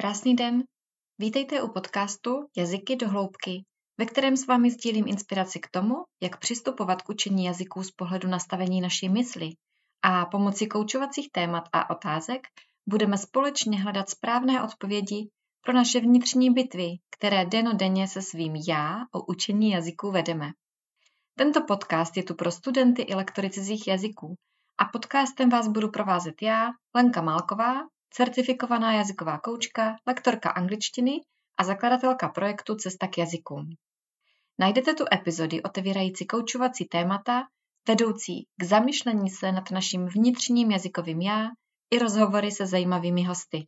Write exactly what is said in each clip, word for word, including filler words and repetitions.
Krásný den, vítejte u podcastu Jazyky do hloubky, ve kterém s vámi sdílím inspiraci k tomu, jak přistupovat k učení jazyků z pohledu nastavení naší mysli a pomocí koučovacích témat a otázek budeme společně hledat správné odpovědi pro naše vnitřní bitvy, které dennodenně se svým já o učení jazyků vedeme. Tento podcast je tu pro studenty i lektory cizích jazyků a podcastem vás budu provázet já, Lenka Málková, certifikovaná jazyková koučka, lektorka angličtiny a zakladatelka projektu Cesta k jazykům. Najdete tu epizody otevírající koučovací témata, vedoucí k zamyšlení se nad naším vnitřním jazykovým já i rozhovory se zajímavými hosty.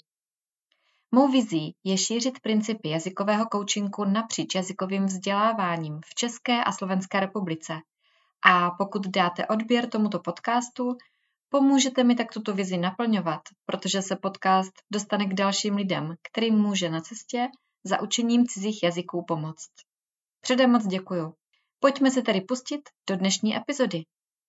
Mou vizí je šířit principy jazykového koučinku napříč jazykovým vzděláváním v České a Slovenské republice. A pokud dáte odběr tomuto podcastu, pomůžete mi tak tuto vizi naplňovat, protože se podcast dostane k dalším lidem, kterým může na cestě za učením cizích jazyků pomoct. Předem moc děkuju. Pojďme se tedy pustit do dnešní epizody.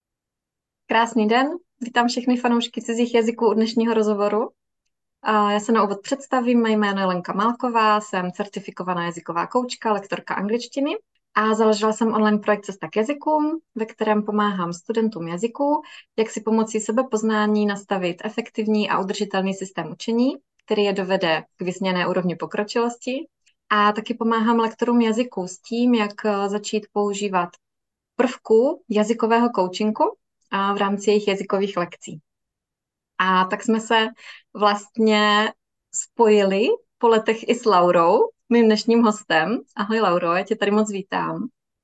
Krásný den, vítám všechny fanoušky cizích jazyků u dnešního rozhovoru. A já se na úvod představím, mé jméno je Lenka Málková, jsem certifikovaná jazyková koučka, lektorka angličtiny a založila jsem online projekt Cesta k jazykům, ve kterém pomáhám studentům jazyků, jak si pomocí sebepoznání nastavit efektivní a udržitelný systém učení, který je dovede k vysněné úrovni pokročilosti. A taky pomáhám lektorům jazyků s tím, jak začít používat prvků jazykového coachingu v rámci jejich jazykových lekcí. A tak jsme se vlastně spojili po letech i s Laurou, mým dnešním hostem. Ahoj Lauro, já tě tady moc vítám.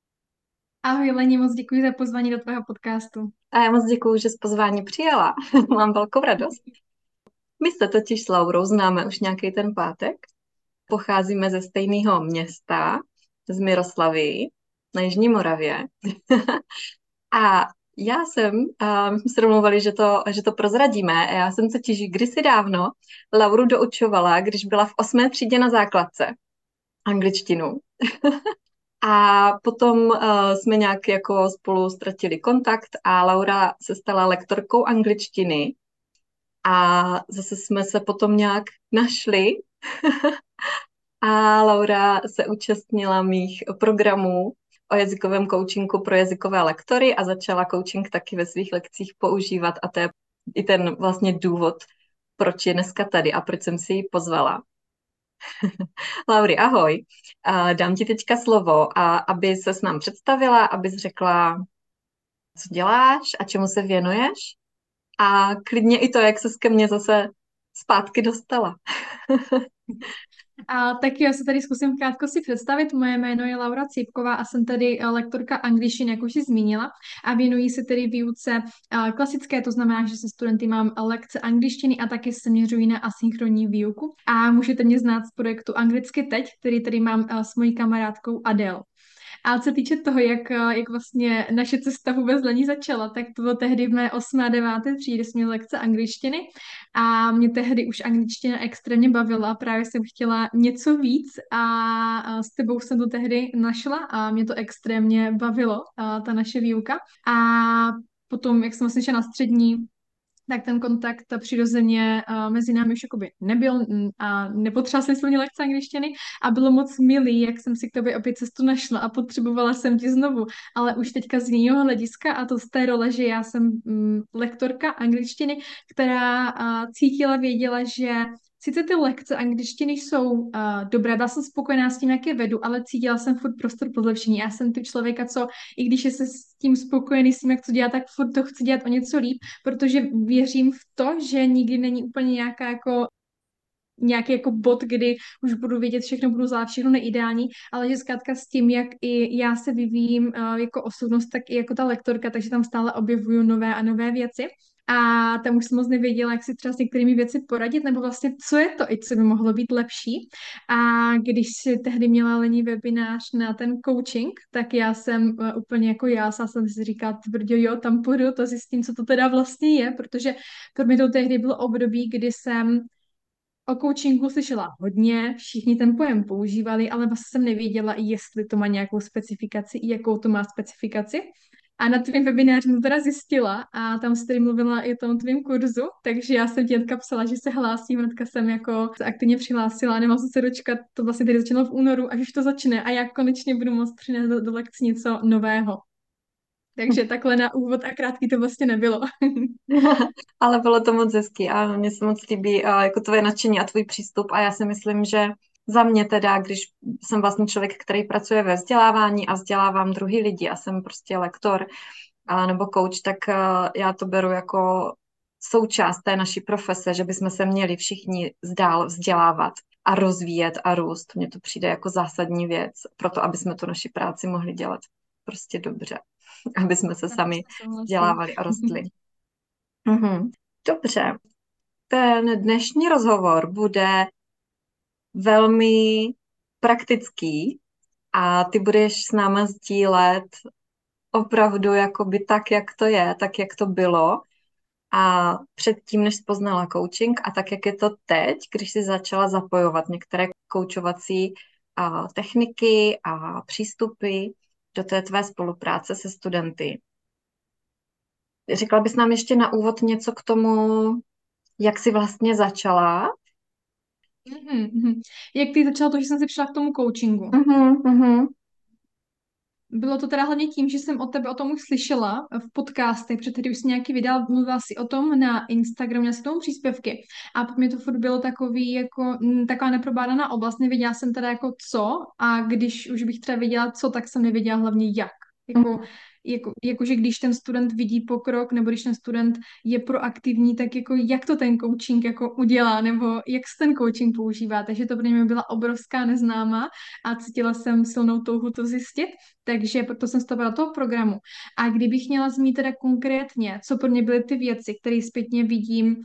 Ahoj Leni, moc děkuji za pozvání do tvého podcastu. A já moc děkuji, že jsi pozvání přijala. Mám velkou radost. My se totiž s Laurou známe už nějaký ten pátek. Pocházíme ze stejného města, z Miroslavy, na Jižní Moravě. A já jsem, uh, my jsme se domluvili, že to, že to prozradíme. Já jsem totiž kdysi dávno Lauru doučovala, když byla v osmé třídě na základce angličtinu. A potom uh, jsme nějak jako spolu ztratili kontakt a Laura se stala lektorkou angličtiny. A zase jsme se potom nějak našli. A Laura se účastnila mých programů o jazykovém coachingu pro jazykové lektory a začala coaching taky ve svých lekcích používat a to je i ten vlastně důvod, proč je dneska tady a proč jsem si ji pozvala. Lauri, ahoj. Dám ti teďka slovo, a aby ses nám představila, abys řekla, co děláš a čemu se věnuješ a klidně i to, jak ses ke mně zase zpátky dostala. A tak já se tady zkusím krátko si představit. Moje jméno je Laura Cípková a jsem tady lektorka angličtiny, jak už jsi zmínila, a věnuji se tedy výuce klasické, to znamená, že se studenty mám lekce angličtiny a taky se měřují na asynchronní výuku. A můžete mě znát z projektu Anglicky teď, který tady mám s mojí kamarádkou Adele. A co se týče toho, jak, jak vlastně naše cesta vůbec Lení začala, tak to bylo tehdy v mé osmé a deváté třídě, jsme měli lekce angličtiny a mě tehdy už angličtina extrémně bavila, právě jsem chtěla něco víc a s tebou jsem to tehdy našla a mě to extrémně bavilo, ta naše výuka. A potom, jak jsem vlastně šla na střední, tak ten kontakt přirozeně uh, mezi námi už jakoby nebyl a nepotřebovala jsem mě lekce angličtiny a bylo moc milý, jak jsem si k tobě opět cestu našla a potřebovala jsem ti znovu, ale už teďka z jiného hlediska a to z té role, že já jsem um, lektorka angličtiny, která uh, cítila, věděla, že sice ty lekce angličtiny jsou uh, dobré, byla jsem spokojená s tím, jak je vedu, ale cítila jsem furt prostor pro zlepšení. Já jsem tu člověka, co i když je se s tím spokojený s tím, jak to dělá, tak furt to chci dělat o něco líp, protože věřím v to, že nikdy není úplně nějaká jako nějaký jako bod, kdy už budu vědět všechno, budu zvládat všechno neideální, ale že zkrátka s tím, jak i já se vyvíjím uh, jako osobnost, tak i jako ta lektorka, takže tam stále objevuju nové a nové věci. A tam už jsem moc nevěděla, jak si třeba s některými věci poradit, nebo vlastně co je to i co by mohlo být lepší. A když si tehdy měla Lení webinář na ten coaching, tak já jsem uh, úplně jako já, jsem si říkala, tvrdě, jo, tam půjdu, to zjistím, co to teda vlastně je, protože pro mě to tehdy bylo období, kdy jsem o coachingu slyšela hodně, všichni ten pojem používali, ale vlastně jsem nevěděla, jestli to má nějakou specifikaci, i jakou to má specifikaci. A na tvém webináři jsem to teda zjistila a tam jsi tedy mluvila i o tom tvém kurzu, takže já jsem ti hnedka psala, že se hlásím, hnedka jsem jako se aktivně přihlásila, nemám se dočkat, to vlastně teď začalo v únoru, až už to začne a já konečně budu moct přinést do, do lekcí něco nového. Takže takhle na úvod a krátký to vlastně nebylo. Ale bylo to moc hezký a mně se moc líbí a jako tvoje nadšení a tvůj přístup a já si myslím, že za mě teda, když jsem vlastně člověk, který pracuje ve vzdělávání a vzdělávám druhý lidi a jsem prostě lektor a, nebo coach, tak a, já to beru jako součást té naší profese, že bychom se měli všichni zdál vzdělávat a rozvíjet a růst. Mně to přijde jako zásadní věc pro to, aby jsme tu naši práci mohli dělat prostě dobře, aby jsme se sami vzdělávali a rostli. Mhm. Dobře. Ten dnešní rozhovor bude velmi praktický a ty budeš s náma sdílet opravdu jakoby tak, jak to je, tak, jak to bylo a předtím, než jsi poznala coaching a tak, jak je to teď, když jsi začala zapojovat některé koučovací a, techniky a přístupy do té tvé spolupráce se studenty. Řekla bys nám ještě na úvod něco k tomu, jak jsi vlastně začala? Mhm, mhm. Jak ty začala to, že jsem si přišla k tomu coachingu? Mhm, mhm. Bylo to teda hlavně tím, že jsem od tebe o tom už slyšela v podcastech, protože ty už jsi nějaký vydal, mluvila si o tom na Instagramu, měla si k tomu příspěvky. A pro mě to furt bylo takový, jako mm, taková neprobádaná oblast, nevěděla jsem teda jako co a když už bych třeba věděla co, tak jsem nevěděla hlavně jak. Jako, jako, jakože když ten student vidí pokrok, nebo když ten student je proaktivní, tak jako jak to ten coaching jako udělá, nebo jak se ten coaching používá. Takže to pro mě byla obrovská neznámá a cítila jsem silnou touhu to zjistit. Takže proto jsem vstoupila do toho programu. A kdybych měla zmínit teda konkrétně, co pro mě byly ty věci, které zpětně vidím,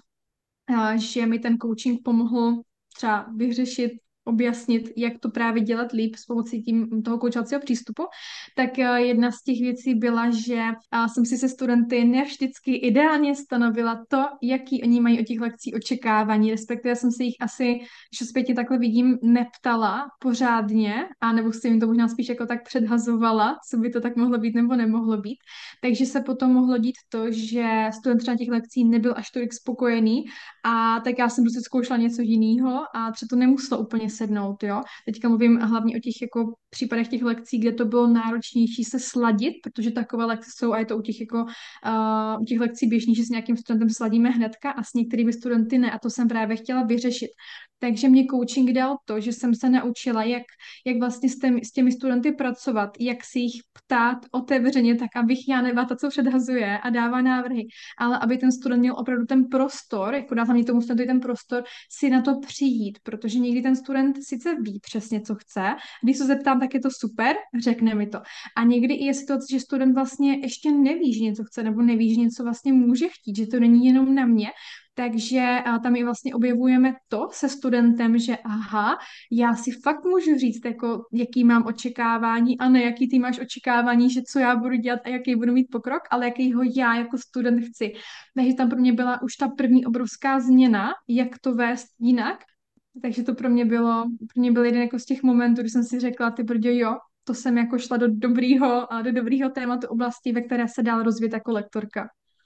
a že mi ten coaching pomohl třeba vyřešit, objasnit, jak to právě dělat líp s pomocí tím, toho koučovacího přístupu, tak eh, jedna z těch věcí byla, že a jsem si se studenty nevždycky ideálně stanovila to, jaký oni mají o těch lekcí očekávání, respektive jsem se jich asi, když zpětně takhle vidím, neptala pořádně, a nebo si jim to možná spíš jako tak předhazovala, co by to tak mohlo být nebo nemohlo být. Takže se potom mohlo dít to, že student třeba těch lekcí nebyl až tolik spokojený a tak já jsem prostě zkoušela něco jiného a třeba to nemuselo úplně sednout, jo. Teďka mluvím hlavně o těch jako případech těch lekcí, kde to bylo náročnější se sladit, protože takové lekce jsou a je to u těch jako uh, u těch lekcí běžný, že s nějakým studentem sladíme hnedka a s některými studenty ne a to jsem právě chtěla vyřešit. Takže mě coaching dal to, že jsem se naučila, jak, jak vlastně s těmi, s těmi studenty pracovat, jak si jich ptát otevřeně, tak abych já nebyla ta, co předhazuje a dává návrhy, ale aby ten student měl opravdu ten prostor, jako dát hlavně tomu studentovi ten prostor si na to přijít, protože někdy ten student sice ví přesně, co chce, když se zeptám, tak je to super, řekne mi to. A někdy i je situace, že student vlastně ještě neví, že něco chce, nebo neví, že něco vlastně může chtít, že to není jenom na mě, takže a tam i vlastně objevujeme to se studentem, že aha, já si fakt můžu říct, jako, jaký mám očekávání a ne jaký ty máš očekávání, že co já budu dělat a jaký budu mít pokrok, ale jakýho já jako student chci. Takže tam pro mě byla už ta první obrovská změna, jak to vést jinak. Takže to pro mě bylo, pro mě byl jeden jako z těch momentů, kdy jsem si řekla, ty brďo, jo, to jsem jako šla do dobrýho, do dobrýho tématu oblasti, ve které se dál rozvíjet jako lektorka.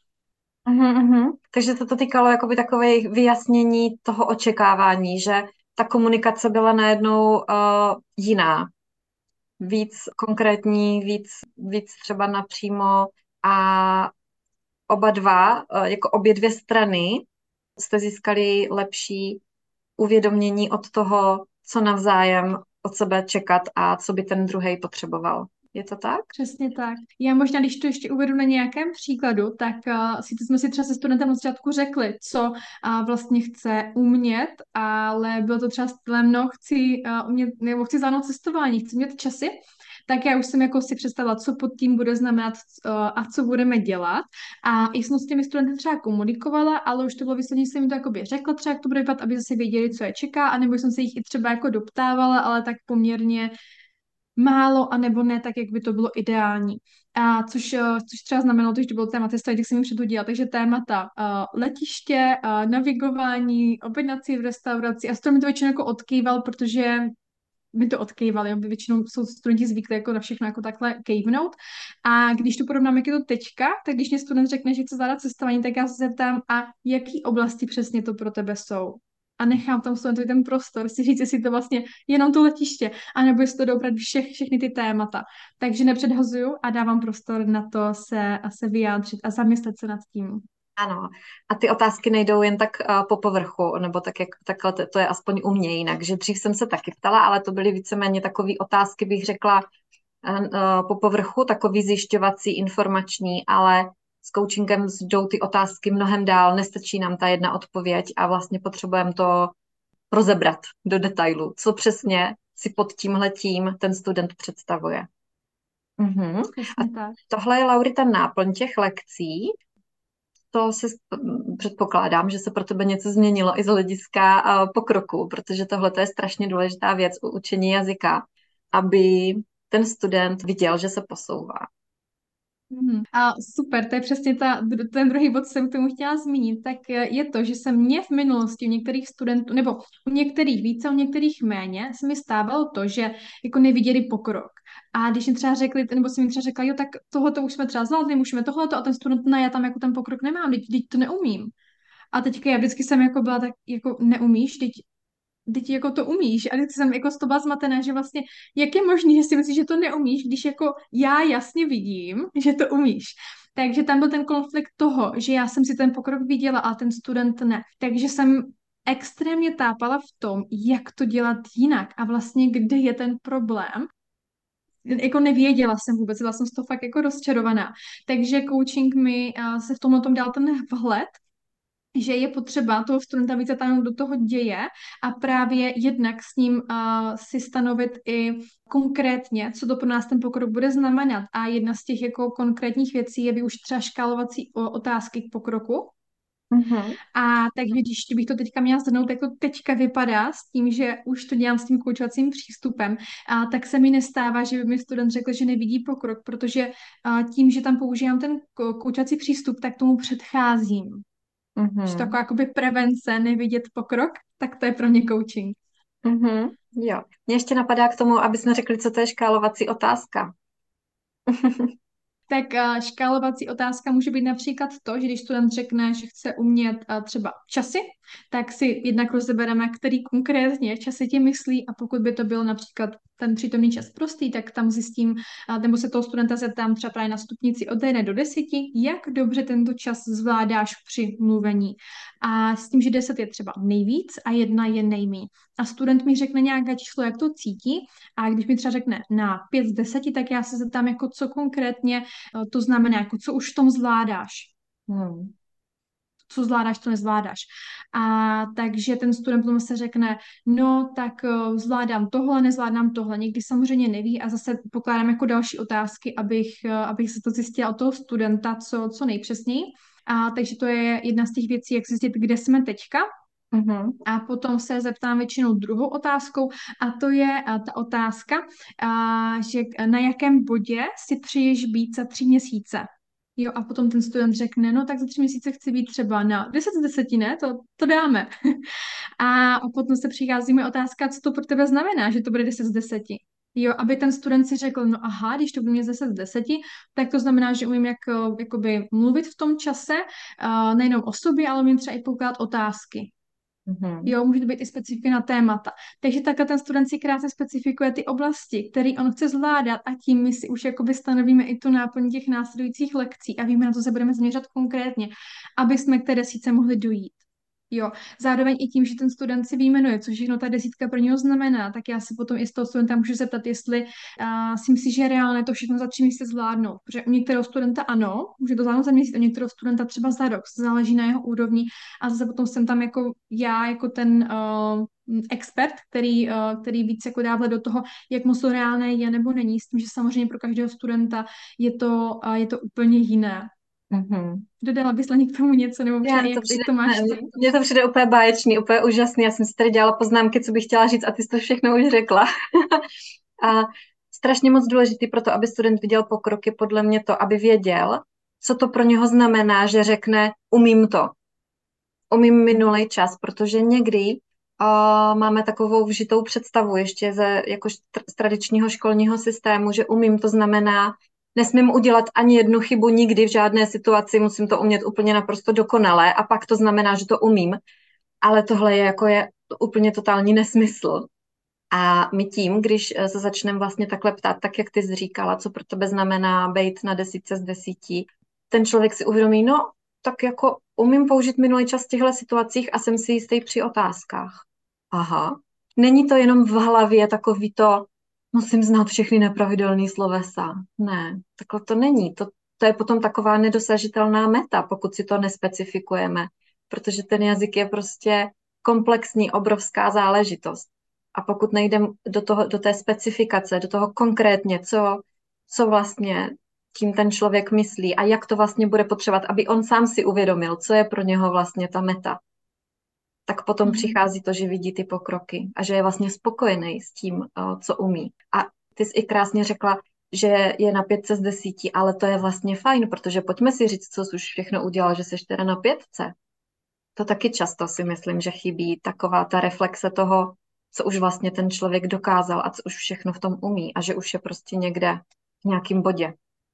Uhum, uhum. Takže to, to týkalo jakoby takové vyjasnění toho očekávání, že ta komunikace byla najednou uh, jiná, víc konkrétní, víc, víc třeba napřímo a oba dva, uh, jako obě dvě strany, jste získali lepší uvědomění od toho, co navzájem od sebe čekat a co by ten druhý potřeboval. Je to tak? Přesně tak. Já možná, když to ještě uvedu na nějakém příkladu, tak uh, si jsme si třeba se studentem na začátku řekli, co uh, vlastně chce umět, ale bylo to třeba stylem, no chci uh, umět, nebo chci zvládnout cestování, chci mít časy, tak já už jsem jako si představila, co pod tím bude znamenat uh, a co budeme dělat. A i jsem s těmi studenty třeba komunikovala, ale už to bylo vysloveně, jsem jim to jakoby řekla třeba, jak to bude vypadat, aby zase věděli, co je čeká, anebo jsem se jich i třeba jako doptávala, ale tak poměrně málo, anebo ne tak, jak by to bylo ideální. A což, což třeba znamenalo to, že to bylo téma cestování, tak jsem jim předhodila. Takže témata uh, letiště, uh, navigování, objednací v restauraci. A s to mi to většinou jako odkýval, protože mi to odkejvali, jo. Většinou jsou studenti zvyklí jako na všechno jako takhle kejvnout. A když to porovnám, jak je to teďka, tak když mě student řekne, že chce zvládat cestování, tak já se zeptám, a jaký oblasti přesně to pro tebe jsou. A nechám tam studentovi ten prostor si říct, jestli to vlastně jenom to letiště, anebo jestli to dobrat všech, všechny ty témata. Takže nepředhazuju a dávám prostor na to se, se vyjádřit a zamyslet se nad tím. Ano, a ty otázky nejdou jen tak uh, po povrchu, nebo tak jak takhle to, to je aspoň u mě jinak, že dřív jsem se taky ptala, ale to byly víceméně takové otázky, bych řekla, uh, uh, po povrchu, takový zjišťovací, informační, ale s coachingem jdou ty otázky mnohem dál, nestačí nám ta jedna odpověď a vlastně potřebujeme to rozebrat do detailu, co přesně si pod tímhletím ten student představuje. Mhm. A tohle je, Laury, ta náplň těch lekcí. To si předpokládám, že se pro tebe něco změnilo i z hlediska pokroku, protože tohle je strašně důležitá věc u učení jazyka, aby ten student viděl, že se posouvá. Hmm. A super, to je přesně ta, ten druhý bod, co jsem k tomu chtěla zmínit, tak je to, že se mně v minulosti u některých studentů, nebo u některých více, u některých méně, se mi stávalo to, že jako neviděli pokrok. A když mi třeba řekli, nebo si mi třeba řekla, jo, tak tohoto už jsme třeba zvládli, můžeme tohleto, a ten student, ne, já tam jako ten pokrok nemám, teď, teď to neumím. A teďka já vždycky jsem jako byla tak, jako neumíš, teď teď jako to umíš. A teď jsem jako z toho byla zmatená, že vlastně jak je možné, že si myslíš, že to neumíš, když jako já jasně vidím, že to umíš. Takže tam byl ten konflikt toho, že já jsem si ten pokrok viděla a ten student ne. Takže jsem extrémně tápala v tom, jak to dělat jinak a vlastně kde je ten problém. Jako nevěděla jsem vůbec, byla jsem z toho fakt jako rozčarovaná. Takže coaching mi uh, se v tomhle tom dal ten vhled, že je potřeba toho studenta více tam do toho děje a právě jednak s ním uh, si stanovit i konkrétně, co to pro nás ten pokrok bude znamenat. A jedna z těch jako konkrétních věcí je využít třeba škálovací otázky k pokroku. Mm-hmm. A takže když bych to teďka měla shrnout, jak to teďka vypadá s tím, že už to dělám s tím koučovacím přístupem, a tak se mi nestává, že by mi student řekl, že nevidí pokrok, protože a tím, že tam používám ten koučovací přístup, tak tomu předcházím. Mm-hmm. Že taková jakoby prevence, nevidět pokrok, tak to je pro mě coaching. Mm-hmm. Jo. Mě ještě napadá k tomu, aby jsme řekli, co to je škálovací otázka. Tak uh, škálovací otázka může být například to, že když student řekne, že chce umět uh, třeba časy, tak si jednak rozebereme, který konkrétně časy ti myslí, a pokud by to byl například ten přítomný čas prostý, tak tam zjistím, uh, nebo se toho studenta zeptám třeba právě na stupnici od jedné do deseti, jak dobře tento čas zvládáš při mluvení. A s tím, že deset je třeba nejvíc a jedna je nejmíň. A student mi řekne nějaké číslo, jak to cítí, a když mi třeba řekne na pět z deseti, tak já se zeptám, jako co konkrétně to znamená, jako co už v tom zvládáš. Hmm. Co zvládáš, to nezvládáš. A takže ten student potom se řekne, no tak uh, zvládám tohle, nezvládám tohle. Někdy samozřejmě neví a zase pokládám jako další otázky, abych, uh, abych se to zjistila od toho studenta co, co nejpřesněji. A takže to je jedna z těch věcí, jak zjistit, kde jsme teďka. Uh-huh. A potom se zeptám většinou druhou otázkou, a to je a ta otázka, a, že na jakém bodě si přeješ být za tři měsíce. Jo, a potom ten student řekne, no tak za tři měsíce chci být třeba na deset z deseti, ne? To, to dáme. a, a potom se přichází mi otázka, co to pro tebe znamená, že to bude deset z deseti. Jo, aby ten student si řekl, no aha, když to bude mě deset z deseti, tak to znamená, že umím jak, jakoby mluvit v tom čase, uh, nejenom o sobě, ale umím třeba i pokládat otázky. Mm-hmm. Jo, může to být i specifika na témata. Takže takhle ten student si krásně specifikuje ty oblasti, které on chce zvládat, a tím my si už jakoby stanovíme i tu náplň těch následujících lekcí a víme, na co se budeme zaměřovat konkrétně, aby jsme k té desítce mohli dojít. Jo, zároveň i tím, že ten student si vyjmenuje, co všechno ta desítka pro něho znamená, tak já si potom i z toho studenta můžu zeptat, jestli uh, si myslí, že je reálné to všechno za tři měsíce zvládnout. Protože u některého studenta ano, může to zvládnout za měsíc, u některého studenta třeba za rok, záleží na jeho úrovni, a zase potom jsem tam jako já, jako ten uh, expert, který, uh, který víc jako dává do toho, jak moc to reálné je nebo není, s tím, že samozřejmě pro každého studenta je to, uh, je to úplně jiné. Mm-hmm. Dodala bys k tomu něco, nebo já, jak to přijde, to máš ne, mně to přijde úplně báječný, úplně úžasný. Já jsem si tady dělala poznámky, co bych chtěla říct, a ty jsi to všechno už řekla. A strašně moc důležitý pro to, aby student viděl pokroky, podle mě to, aby věděl, co to pro něho znamená, že řekne, umím to. Umím minulý čas, protože někdy a máme takovou vžitou představu ještě ze jako z tradičního školního systému, že umím, to znamená, nesmím udělat ani jednu chybu nikdy v žádné situaci, musím to umět úplně naprosto dokonale a pak to znamená, že to umím. Ale tohle je jako je úplně totální nesmysl. A my tím, když se začneme vlastně takhle ptát, tak jak ty jsi říkala, co pro tebe znamená být na desítce z desíti, ten člověk si uvědomí, no, tak jako umím použít minulý čas v těchto situacích a jsem si jistý při otázkách. Aha, není to jenom v hlavě takový to, musím znát všechny nepravidelné slovesa. Ne, takhle to není. To, to je potom taková nedosažitelná meta, pokud si to nespecifikujeme, protože ten jazyk je prostě komplexní, obrovská záležitost. A pokud nejdeme do, toho, do té specifikace, do toho konkrétně, co, co vlastně tím ten člověk myslí a jak to vlastně bude potřebovat, aby on sám si uvědomil, co je pro něho vlastně ta meta, tak potom mm-hmm. přichází to, že vidí ty pokroky a že je vlastně spokojený s tím, co umí. A ty jsi i krásně řekla, že je na pětce z desíti, ale to je vlastně fajn, protože pojďme si říct, co jsi už všechno udělal, že jsi teda na pětce. To taky často si myslím, že chybí taková ta reflexe toho, co už vlastně ten člověk dokázal a co už všechno v tom umí a že už je prostě někde v nějakém bodě.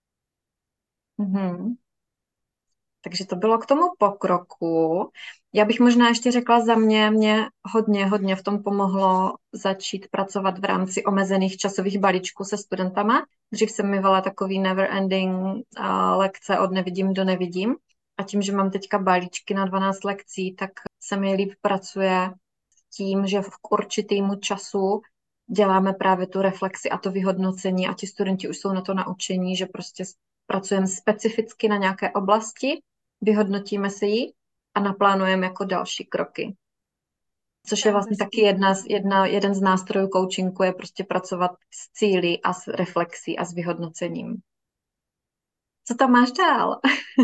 Mhm. Takže to bylo k tomu pokroku. Já bych možná ještě řekla za mě, mě hodně, hodně v tom pomohlo začít pracovat v rámci omezených časových balíčků se studentama. Dřív jsem mývala takový never ending uh, lekce od nevidím do nevidím. A tím, že mám teďka balíčky na dvanáct lekcí, tak se mi líp pracuje tím, že v určitýmu času děláme právě tu reflexi a to vyhodnocení a ti studenti už jsou na to naučení, že prostě pracujeme specificky na nějaké oblasti, vyhodnotíme si ji a naplánujeme jako další kroky. Což je vlastně taky jedna, jedna, jeden z nástrojů coachingu, je prostě pracovat s cíli a s reflexí a s vyhodnocením. Co tam máš dál?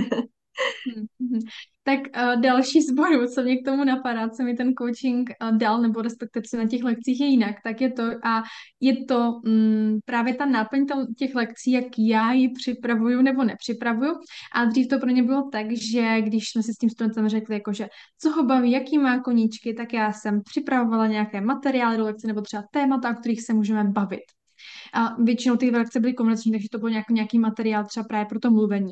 Hmm. Tak uh, další z bodů, co mě k tomu napadá, co mi ten coaching uh, dal, nebo respektive co na těch lekcích je jinak, tak je to, a je to um, právě ta náplň těch lekcí, jak já ji připravuju nebo nepřipravuju. A dřív to pro ně bylo tak, že když jsme si s tím studentem řekli, jako, že co ho baví, jaký má koníčky, tak já jsem připravovala nějaké materiály do lekce nebo třeba témata, o kterých se můžeme bavit. A většinou ty lekce byly komerční, takže to byl nějaký, nějaký materiál třeba právě pro to mluvení.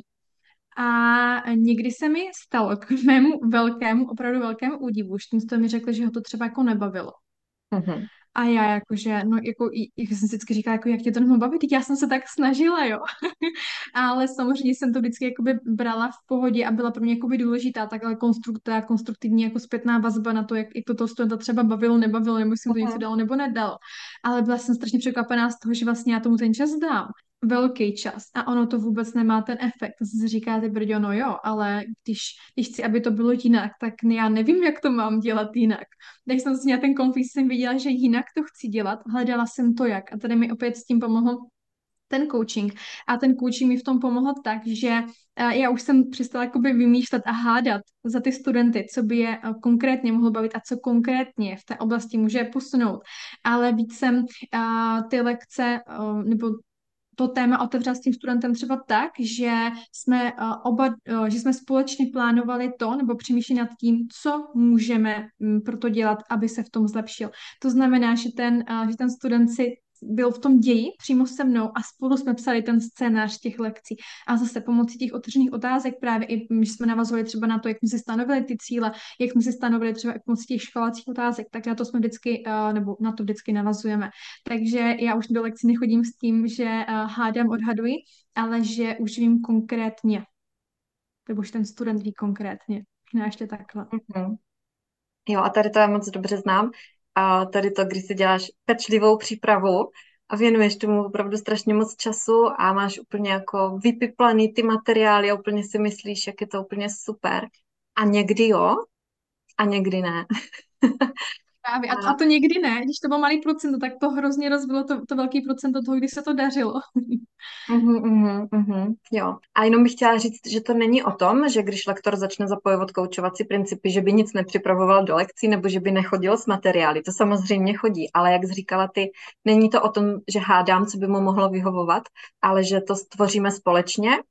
A někdy se mi stalo k mému velkému, opravdu velkému údivu, že tím mi řekli, že ho to třeba jako nebavilo. Mhm. A já jakože, no jako, jak jsem si vždycky říkala, jako jak tě to nemohlo bavit, já jsem se tak snažila, jo. Ale samozřejmě jsem to vždycky jakoby brala v pohodě a byla pro mě jakoby důležitá, takhle konstrukta, konstruktivní jako zpětná vazba na to, jak, jak to toho studenta třeba bavilo, nebavilo, nebo jestli mu to něco dalo nebo nedalo. Ale byla jsem strašně překvapená z toho, že vlastně já tomu ten čas dám. Velký čas a ono to vůbec nemá ten efekt. Zase říkáte, brďo, no jo, ale když, když chci, aby to bylo jinak, tak já nevím, jak to mám dělat jinak. Tak jsem si měla ten konflikt, jsem viděla, že jinak to chci dělat, hledala jsem to jak. A tady mi opět s tím pomohl ten coaching. A ten coaching mi v tom pomohl tak, že já už jsem přestala jakoby vymýšlet a hádat za ty studenty, co by je konkrétně mohlo bavit a co konkrétně v té oblasti může posunout. Ale víc jsem ty lekce nebo to téma otevřela s tím studentem třeba tak, že jsme uh, oba, uh, že jsme společně plánovali to, nebo přemýšleli nad tím, co můžeme um, pro to dělat, aby se v tom zlepšil. To znamená, že ten, uh, že ten student si byl v tom ději přímo se mnou a spolu jsme psali ten scénář těch lekcí. A zase pomocí těch otevřených otázek právě i my jsme navazovali třeba na to, jak jsme si stanovili ty cíle, jak jsme si stanovili třeba i pomocí těch školacích otázek, tak na to jsme vždycky, nebo na to vždycky navazujeme. Takže já už do lekcí nechodím s tím, že hádám, odhaduji, ale že už vím konkrétně. Nebo už ten student ví konkrétně. Ne, ještě takhle. Mm-hmm. Jo, a tady to já moc dobře znám. A tady to, když si děláš pečlivou přípravu a věnuješ tomu opravdu strašně moc času a máš úplně jako vypiplaný ty materiály a úplně si myslíš, jak je to úplně super. A někdy jo, a někdy ne. Právě. A, to, a to někdy ne, když to bylo malý procento, tak to hrozně rozbilo to, to velký procento toho, když se to dařilo. Uhum, uhum, uhum, jo. A jenom bych chtěla říct, že to není o tom, že když lektor začne zapojovat koučovací principy, že by nic nepřipravoval do lekcí nebo že by nechodil s materiály. To samozřejmě chodí, ale jak jsi říkala ty, není to o tom, že hádám, co by mu mohlo vyhovovat, ale že to stvoříme společně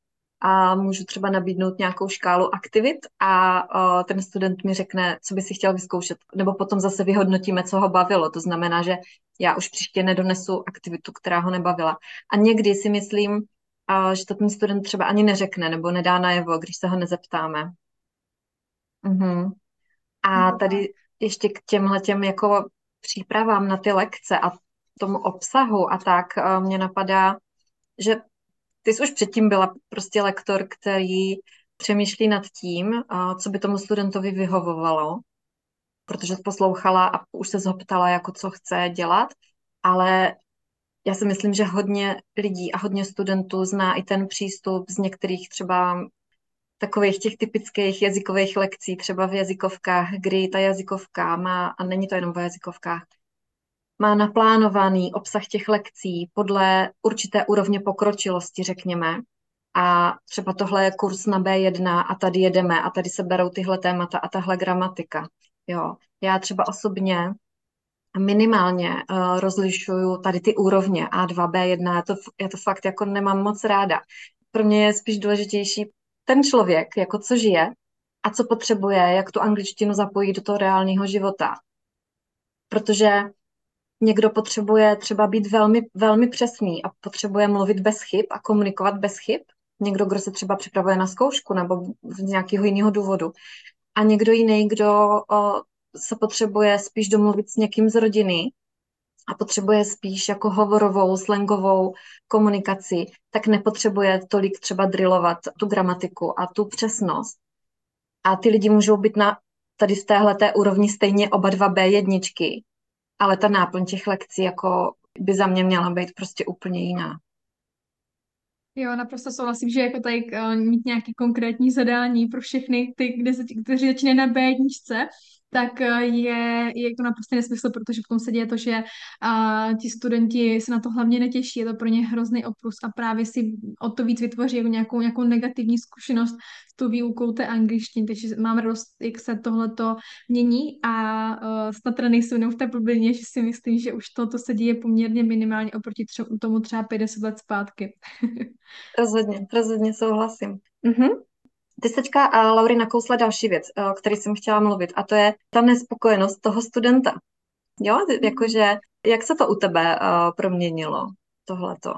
a můžu třeba nabídnout nějakou škálu aktivit a uh, ten student mi řekne, co by si chtěl vyzkoušet. Nebo potom zase vyhodnotíme, co ho bavilo. To znamená, že já už příště nedonesu aktivitu, která ho nebavila. A někdy si myslím, uh, že to ten student třeba ani neřekne nebo nedá najevo, když se ho nezeptáme. Uh-huh. A tady ještě k těmhle těm jako přípravám na ty lekce a tomu obsahu a tak uh, mě napadá, že ty jsi už předtím byla prostě lektor, který přemýšlí nad tím, co by tomu studentovi vyhovovalo, protože poslouchala a už se zoptala, jako co chce dělat, ale já si myslím, že hodně lidí a hodně studentů zná i ten přístup z některých třeba takových těch typických jazykových lekcí, třeba v jazykovkách, kdy ta jazykovka má, a není to jenom v jazykovkách, má naplánovaný obsah těch lekcí podle určité úrovně pokročilosti, řekněme. A třeba tohle je kurz na bé jedna a tady jedeme a tady se berou tyhle témata a tahle gramatika. Jo. Já třeba osobně minimálně uh, rozlišuju tady ty úrovně á dva, bé jedna, já to, já to fakt jako nemám moc ráda. Pro mě je spíš důležitější ten člověk, jako co žije a co potřebuje, jak tu angličtinu zapojit do toho reálného života. Protože někdo potřebuje třeba být velmi, velmi přesný a potřebuje mluvit bez chyb a komunikovat bez chyb. Někdo, kdo se třeba připravuje na zkoušku nebo z nějakého jiného důvodu. A někdo jiný, kdo o, se potřebuje spíš domluvit s někým z rodiny a potřebuje spíš jako hovorovou, slangovou komunikaci, tak nepotřebuje tolik třeba drillovat tu gramatiku a tu přesnost. A ty lidi můžou být na tady z téhleté úrovni stejně oba dva bé jedničky, ale ta náplň těch lekcí jako by za mě měla být prostě úplně jiná. Jo, naprosto souhlasím, že jako tady uh, mít nějaké konkrétní zadání pro všechny ty, kde se, kteří začínají na bé jedna, tak uh, je, je to naprosto nesmysl, protože potom se děje to, že uh, ti studenti se na to hlavně netěší, je to pro ně hrozný oprus a právě si o to víc vytvoří jako nějakou, nějakou negativní zkušenost s tou výukou té angličtiny, takže mám radost, jak se tohleto mění a uh, snad teda nejsou jenom v té bublině, že si myslím, že už toto se děje poměrně minimálně oproti tře- tomu třeba padesát let zpátky. Rozhodně, rozhodně souhlasím. Mhm. Ty jsi teďka, uh, Laury, nakousla další věc, uh, o které jsem chtěla mluvit, a to je ta nespokojenost toho studenta. Jo, jakože, jak se to u tebe uh, proměnilo, tohleto?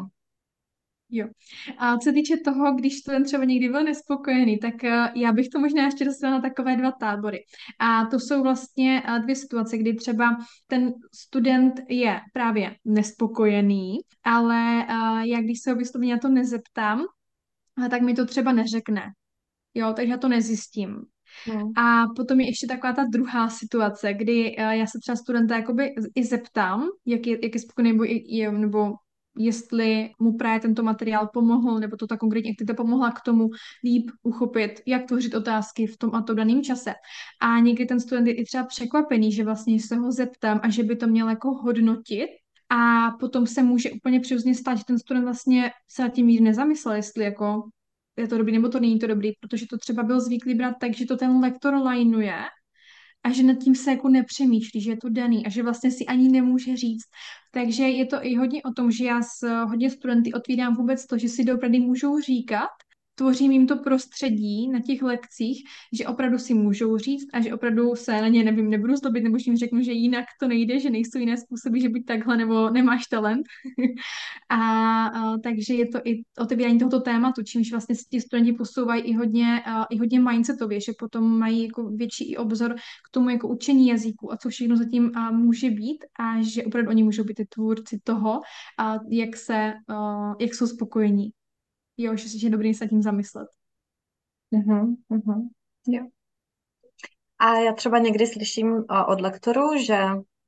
Jo. A co se týče toho, když student třeba někdy byl nespokojený, tak uh, já bych to možná ještě dostala na takové dva tábory. A to jsou vlastně uh, dvě situace, kdy třeba ten student je právě nespokojený, ale uh, já když se ho vysloveně na to nezeptám, uh, tak mi to třeba neřekne. Jo, takže já to nezjistím. Hmm. A potom je ještě taková ta druhá situace, kdy uh, já se třeba studenta jakoby i zeptám, jak je, jak je spokojený, nebo, je, nebo jestli mu právě tento materiál pomohl, nebo to ta konkrétní aktivita pomohla k tomu líp uchopit, jak tvořit otázky v tom a tom daném čase. A někdy ten student je i třeba překvapený, že vlastně se ho zeptám a že by to měl jako hodnotit. A potom se může úplně přirozeně stát, že ten student vlastně se nad tím nikdy nezamyslel, jestli jako je to dobrý nebo to není to dobrý, protože to třeba byl zvyklý brát tak, že to ten lektor lajnuje a že nad tím se jako nepřemýšlí, že je to daný a že vlastně si ani nemůže říct. Takže je to i hodně o tom, že já s hodně studenty otvírám vůbec to, že si doopravdy můžou říkat, tvořím jim to prostředí na těch lekcích, že opravdu si můžou říct a že opravdu se na ně, nevím, nebudu zlobit, nebo že jim řeknu, že jinak to nejde, že nejsou jiné způsoby, že být takhle, nebo nemáš talent. a, a takže je to i otevírání tohoto tématu, čímž vlastně ti studenti posouvají i hodně, a, i hodně mindsetově, že potom mají jako větší i obzor k tomu jako učení jazyku a co všechno zatím a, může být a že opravdu oni můžou být i tvůrci toho, a, jak se, a, jak jsou spokojení. Jo, že si je dobrý se tím zamyslet. Mhm, mhm. Jo. A já třeba někdy slyším uh, od lektorů, že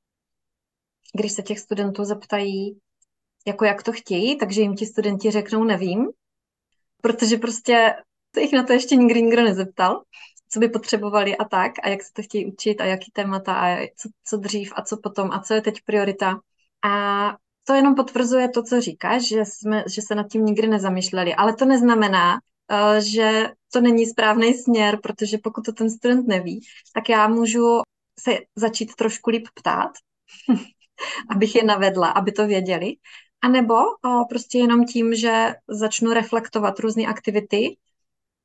když se těch studentů zeptají, jako jak to chtějí, takže jim ti studenti řeknou nevím, protože prostě se jich na to ještě nikdy nikdo nezeptal, co by potřebovali a tak, a jak se to chtějí učit a jaký témata a co, co dřív a co potom a co je teď priorita. A to jenom potvrzuje to, co říkáš, že, jsme, že se nad tím nikdy nezamýšleli, ale to neznamená, uh, že to není správný směr, protože pokud to ten student neví, tak já můžu se začít trošku líp ptát, abych je navedla, aby to věděli. A nebo o, prostě jenom tím, že začnu reflektovat různé aktivity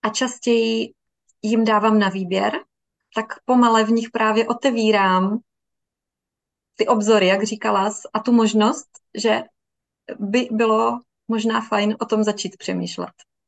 a častěji jim dávám na výběr, tak pomale v nich právě otevírám ty obzory, jak říkala, a tu možnost, že by bylo možná fajn o tom začít přemýšlet.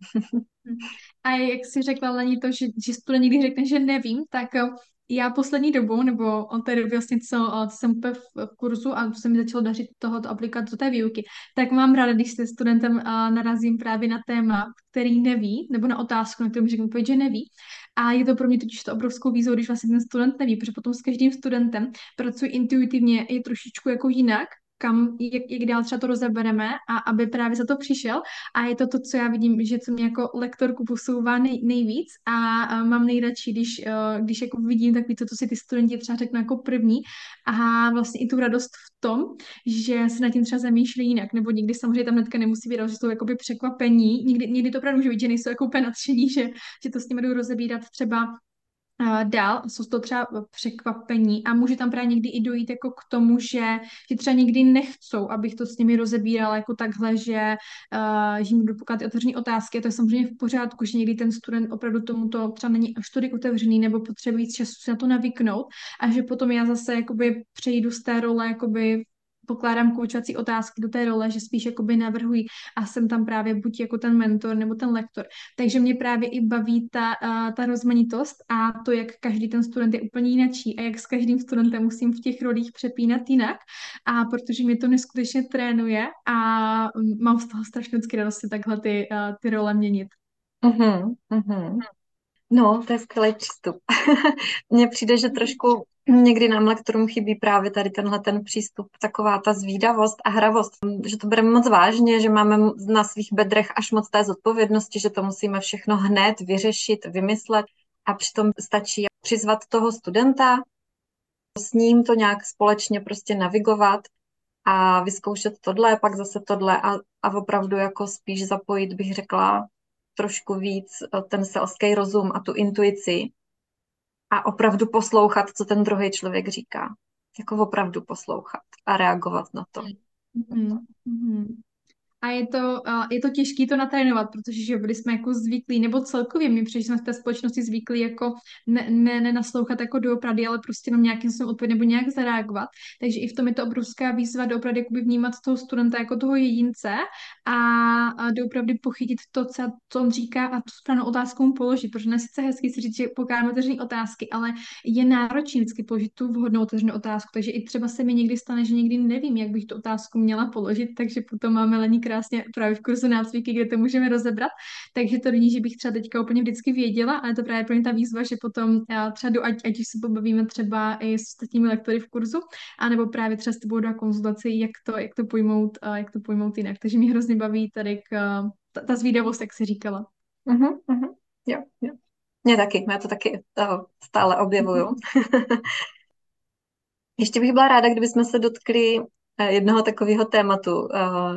A jak jsi řekla, Lení, to, že, že student někdy řekne, že nevím, tak eh, já poslední dobou, nebo od té doby vlastně, co, eh, co jsem úplně v, v kurzu a se mi začalo dařit tohoto aplikovat do té výuky, tak mám ráda, když se studentem uh, narazím právě na téma, který neví, nebo na otázku, na kterou mi řeknu, že neví. A je to pro mě totiž to obrovskou výzvou, když vlastně ten student neví, protože potom s každým studentem pracuji intuitivně, je trošičku jako jinak, kam, jak, jak dál třeba to rozebereme a aby právě za to přišel. A je to to, co já vidím, že co mě jako lektorku posouvá nej, nejvíc a, a mám nejradši, když, uh, když jako vidím takový to, co si ty studenti třeba řeknou jako první a vlastně i tu radost v tom, že se nad tím třeba zamýšlí jinak, nebo někdy samozřejmě tam hnedka nemusí být, že jsou jakoby překvapení, někdy, někdy to opravdu může být, že nejsou jako úplně nadšení, že, že to s nimi jdou rozebírat třeba uh, dál, jsou to třeba překvapení a může tam právě někdy i dojít jako k tomu, že, že třeba někdy nechcou, abych to s nimi rozebírala jako takhle, že, uh, že jim budu pokládat ty otevřené otázky a to je samozřejmě v pořádku, že někdy ten student opravdu tomuto třeba není až tolik otevřený nebo potřebuje víc času se na to navyknout a že potom já zase jakoby přejdu z té role jakoby pokládám koučovací otázky do té role, že spíš jakoby navrhuji a jsem tam právě buď jako ten mentor nebo ten lektor. Takže mě právě i baví ta, uh, ta rozmanitost a to, jak každý ten student je úplně jinačí a jak s každým studentem musím v těch rolích přepínat jinak. A protože mě to neskutečně trénuje a mm, mám z toho strašně vždycky radost si takhle ty, uh, ty role měnit. Mhm, mhm. No, to je skvělý přístup. Mně přijde, že trošku někdy nám lektorům chybí právě tady tenhle ten přístup, taková ta zvídavost a hravost, že to bereme moc vážně, že máme na svých bedrech až moc té zodpovědnosti, že to musíme všechno hned vyřešit, vymyslet a přitom stačí přizvat toho studenta, s ním to nějak společně prostě navigovat a vyzkoušet tohle, pak zase tohle a, a opravdu jako spíš zapojit, bych řekla, trošku víc ten selský rozum a tu intuici a opravdu poslouchat, co ten druhý člověk říká. Jako opravdu poslouchat a reagovat na to. Mm-hmm. Mm-hmm. A je to, uh, je to těžké to natrénovat, protože že byli jsme jako zvyklí, nebo celkově my, protože jsme v té společnosti zvyklí jako ne, ne, nenaslouchat jako doopravdy, ale prostě jenom nějakým způsobem odpovědět nebo nějak zareagovat. Takže i v tom je to obrovská výzva doopravdy jakoby vnímat toho studenta jako toho jedince a, a doopravdy pochytit to, co, co on říká a tu správnou otázku mu položit, protože ne sice hezky si říct, že pokládáme otevřené otázky, ale je náročné vždycky položit tu vhodnou otevřenou otázku. Takže i třeba se mi někdy stane, že někdy nevím, jak bych tu otázku měla položit, takže potom máme Lení krásně právě v kurzu nácviky, kde to můžeme rozebrat. Takže to není, že bych třeba teďka úplně vždycky věděla, ale to právě pro mě ta výzva, že potom já třeba jdu, ať, ať už se pobavíme třeba i s ostatními lektory v kurzu, anebo právě třeba s tebou do konzultaci, jak to, jak to pojmout, jak to pojmout jinak. Takže mě hrozně baví tady k, ta, ta zvídavost, jak jsi říkala. Uh-huh, uh-huh. Jo, jo. Mě taky, já to taky to stále objevuju. Uh-huh. Ještě bych byla ráda, kdybychom se dotkli jednoho takového tématu,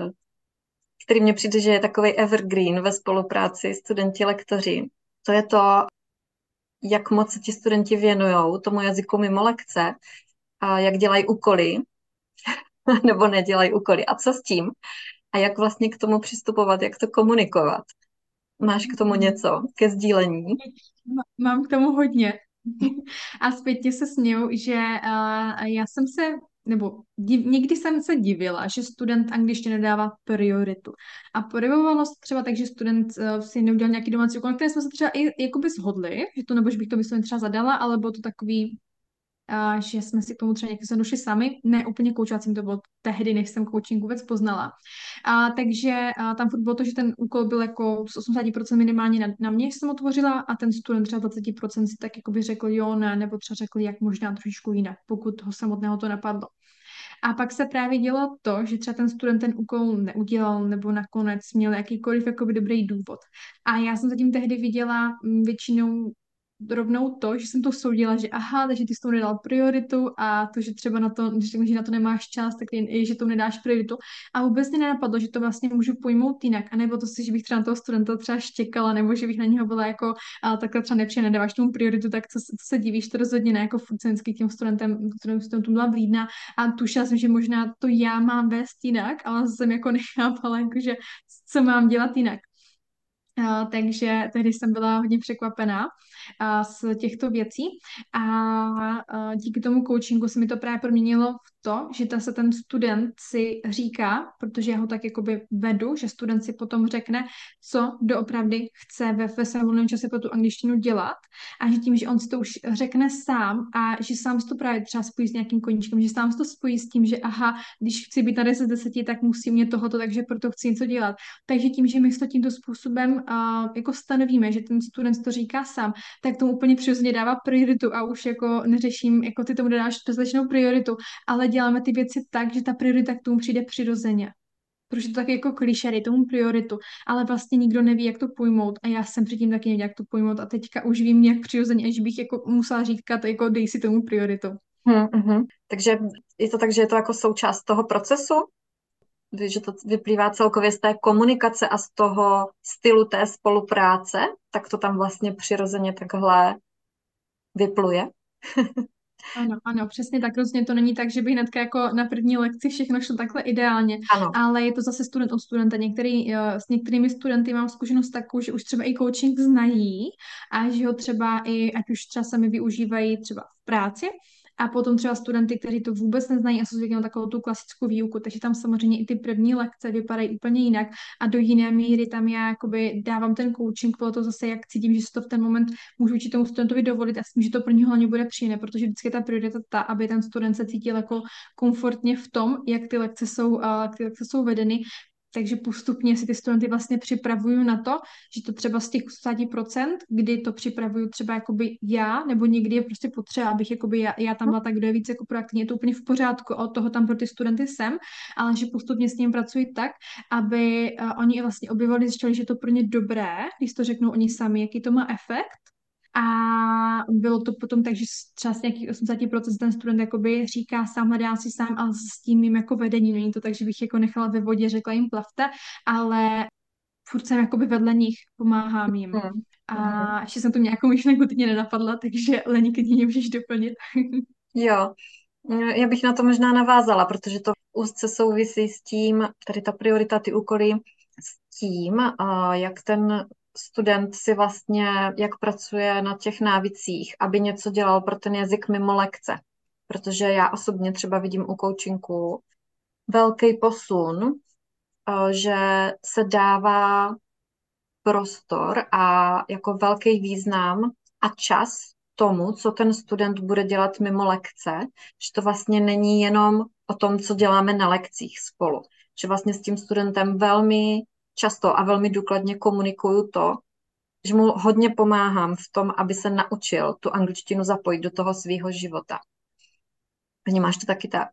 který mně přijde, že je takový evergreen ve spolupráci studenti-lektoři. To je to, jak moc se ti studenti věnují tomu jazyku mimo lekce, a jak dělají úkoly, nebo nedělají úkoly a co s tím a jak vlastně k tomu přistupovat, jak to komunikovat. Máš k tomu něco ke sdílení? Mám k tomu hodně. A zpětně se směju, že uh, já jsem se, nebo div, někdy jsem se divila, že student angličtiny nedává prioritu. A projevovalo se třeba tak, že student uh, si neudělal nějaký domácí úkol, na které jsme se třeba i jakoby shodli, že to nebo že bych to myslím třeba zadala, ale bylo to takový, a že jsme si k tomu třeba nějak došli sami, ne úplně koučovacím, to bylo tehdy, než jsem coaching vůbec poznala. A, takže a tam furt bylo to, že ten úkol byl jako z osmdesát procent minimálně na, na mě jsem otvořila a ten student třeba dvacet procent si tak jako by řekl jo, ne, nebo třeba řekl jak možná trošičku jinak, pokud ho samotného to napadlo. A pak se právě dělo to, že třeba ten student ten úkol neudělal nebo nakonec měl jakýkoliv jakoby dobrý důvod. A já jsem zatím tehdy viděla většinou rovnou to, že jsem to soudila, že aha, takže ty jsi tomu nedal prioritu a to, že třeba na to, když řekneš, že na to nemáš čas, tak je, že tomu nedáš prioritu. A vůbec mě nenapadlo, že to vlastně můžu pojmout jinak. A nebo to si, že bych třeba na toho studenta třeba štěkala, nebo že bych na něho byla jako a takhle třeba nepříjemně, nedáváš tomu prioritu, tak co, co se divíš, to rozhodně ne, jako furt jsem vždycky těm studentem, studentům byla vlídna a tušila jsem, že možná to já mám vést jinak, ale jsem jako nechápala, jakože, co mám dělat jinak. Uh, takže tehdy jsem byla hodně překvapená uh, z těchto věcí a uh, díky tomu coachingu se mi to právě proměnilo v to, že ta se ten student si říká, protože já ho tak jakoby vedu, že student si potom řekne, co doopravdy chce ve, ve svém volném čase pro tu angličtinu dělat a že tím, že on si to už řekne sám a že sám si to právě třeba spojí s nějakým koníčkem, že sám si to spojí s tím, že aha, když chci být na deset z deseti, tak musím mě tohoto, takže proto chci něco dělat. Takže tím, že my to tímto způsobem uh, jako stanovíme, že ten student to říká sám, tak tomu úplně přirozeně dává prioritu a už jako neřeším, jako ty tomu dáš dostatečnou prioritu, ale děláme ty věci tak, že ta priorita k tomu přijde přirozeně. Protože to tak jako klišé, dej tomu prioritu, ale vlastně nikdo neví, jak to pojmout a já jsem předtím taky nevěděla, jak to pojmout a teďka už vím, jak přirozeně, až bych jako musela říkat, jako dej si tomu prioritu. Hmm, hmm. Takže je to tak, že je to jako součást toho procesu? Že to vyplývá celkově z té komunikace a z toho stylu té spolupráce, tak to tam vlastně přirozeně takhle vypluje. Ano, ano, přesně tak. Rozhodně to není tak, že by hnedka jako na první lekci všechno šlo takhle ideálně, Ano. ale je to zase student od studenta. Některý, eh, s některými studenty mám zkušenost takovou, že už třeba i coaching znají a že ho třeba i, ať už třeba sami využívají třeba v práci, a potom třeba studenty, kteří to vůbec neznají a jsou zvyklí na takovou tu klasickou výuku, takže tam samozřejmě i ty první lekce vypadají úplně jinak a do jiné míry tam já jakoby dávám ten coaching podle toho zase, jak cítím, že si to v ten moment můžu určitě tomu studentovi dovolit a s tím, že to pro něho hlavně bude příjemné, protože vždycky je ta priorita ta, aby ten student se cítil jako komfortně v tom, jak ty lekce jsou, uh, ty lekce jsou vedeny. Takže postupně si ty studenty vlastně připravuju na to, že to třeba z těch osmdesát procent, kdy to připravuju třeba jakoby já, nebo někdy je prostě potřeba, abych jakoby já, já tam byla tak, kdo je víc jako proaktivně, je to úplně v pořádku, od toho tam pro ty studenty jsem, ale že postupně s ním pracuji tak, aby uh, oni vlastně objevili, zjišťovali, že je to pro ně dobré, když to řeknou oni sami, jaký to má efekt. A bylo to potom tak, že třeba z nějakých osmdesát procent ten student jakoby říká sám, hledá si sám, ale s tím mým jako vedení. Není to tak, že bych jako nechala ve vodě, řekla jim plavte, ale furt jsem jakoby vedle nich, pomáhám jim. Hmm. A ještě jsem tu nějakou myšlenku teď mě nenapadla, takže Leni, klidně můžeš doplnit. Jo, já bych na to možná navázala, protože to úzce souvisí s tím, tady ta priorita, ty úkoly, s tím, jak ten student si vlastně, jak pracuje na těch návycích, aby něco dělal pro ten jazyk mimo lekce. Protože já osobně třeba vidím u coachingu velký posun, že se dává prostor a jako velký význam a čas tomu, co ten student bude dělat mimo lekce, že to vlastně není jenom o tom, co děláme na lekcích spolu. Že vlastně s tím studentem velmi často a velmi důkladně komunikuju to, že mu hodně pomáhám v tom, aby se naučil tu angličtinu zapojit do toho svého života. Vnímáš to taky tak?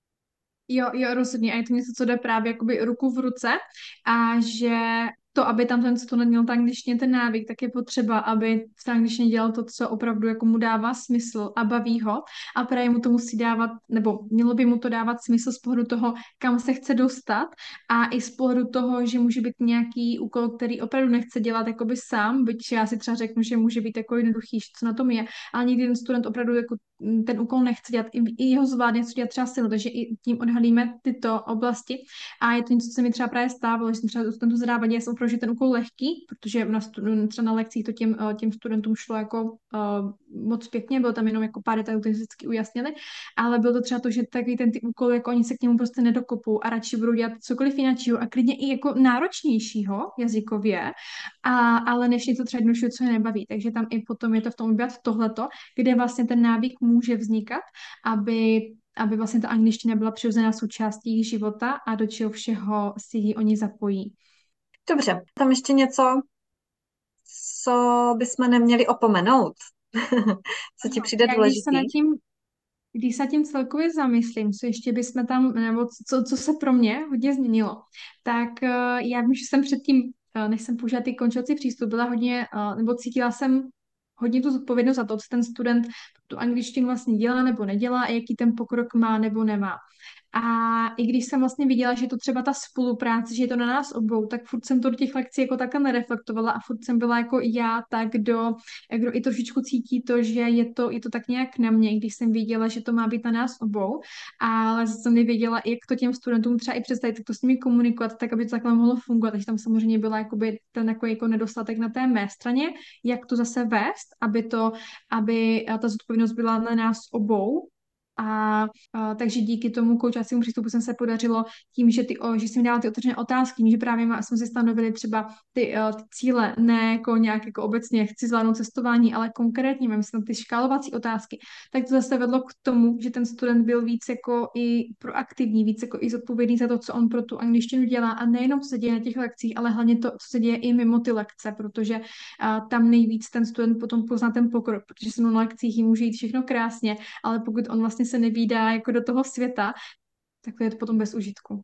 Jo, jo, rozhodně. A je to něco, co jde právě jakoby ruku v ruce a že to, aby tam ten student měl ta angličtině ten návyk, tak je potřeba, aby v té angličtině dělal to, co opravdu jako mu dává smysl a baví ho. A právě mu to musí dávat, nebo mělo by mu to dávat smysl z pohledu toho, kam se chce dostat a i z pohledu toho, že může být nějaký úkol, který opravdu nechce dělat jakoby sám, byť já si třeba řeknu, že může být jako jednoduchý, co na tom je, ale někdy ten student opravdu jako ten úkol nechce dělat, i, i jeho zvládne něco dělat třeba silno, takže i tím odhalíme tyto oblasti. A je to něco, co se mi třeba právě stávalo, že jsem třeba studentu zadávat, já jsem opravdu, že ten úkol lehký, protože na, třeba na lekcích to těm, těm studentům šlo jako uh, moc pěkně, bylo tam jenom jako pár detailů, které se vždycky ujasnili, ale bylo to třeba to, že takový ten ty úkol, jako oni se k němu prostě nedokopou a radši budou dělat cokoliv jiného a klidně i jako náročnějšího jazykově, a, ale než něco třeba jednoduššího, co je nebaví. Takže tam i potom je to v tom objevovat tohleto, kde vlastně ten návyk může vznikat, aby aby vlastně ta angličtina byla přirozená součástí jejich života a do čeho všeho si ji oni zapojí. Dobře, tam ještě něco, co bychom neměli opomenout, co ti přijde Já, důležitý? Když se nad tím, když se tím celkově zamyslím, co ještě bychom tam, nebo co, co se pro mě hodně změnilo, tak uh, já vím, že jsem předtím, uh, než jsem použila ty končací přístup, byla hodně, uh, nebo cítila jsem hodně tu zodpovědnost za to, co ten student tu angličtinu vlastně dělá nebo nedělá a jaký ten pokrok má nebo nemá. A i když jsem vlastně viděla, že je to třeba ta spolupráce, že je to na nás obou, tak furt jsem to do těch lekcí jako takhle nereflektovala a furt jsem byla jako já, tak kdo, kdo i trošičku cítí to, že je to, je to tak nějak na mě, když jsem viděla, že to má být na nás obou, ale jsem nevěděla, jak to těm studentům třeba i představit, jak to s nimi komunikovat, tak aby to takhle mohlo fungovat. Takže tam samozřejmě byla jakoby ten jako, jako nedostatek na té mé straně, jak to zase vést, aby to, aby ta zodpovědnost byla na nás obou. A, a takže díky tomu koučovacímu přístupu jsem se podařilo tím, že, ty, o, že jsem dala ty otevřené otázky, tím, že právě má, jsme si stanovili třeba ty, uh, ty cíle, ne jako nějak jako obecně chci zvládnout cestování, ale konkrétně mám si tam ty škálovací otázky, tak to zase vedlo k tomu, že ten student byl víc jako i proaktivní, víc jako i zodpovědný za to, co on pro tu angličtinu dělá a nejenom co se děje na těch lekcích, ale hlavně to, co se děje i mimo ty lekce, protože uh, tam nejvíc ten student potom pozná ten pokrok, protože se na lekcích jim může jít všechno krásně, ale pokud on vlastně se nevídá jako do toho světa, tak to je to potom bez užitku.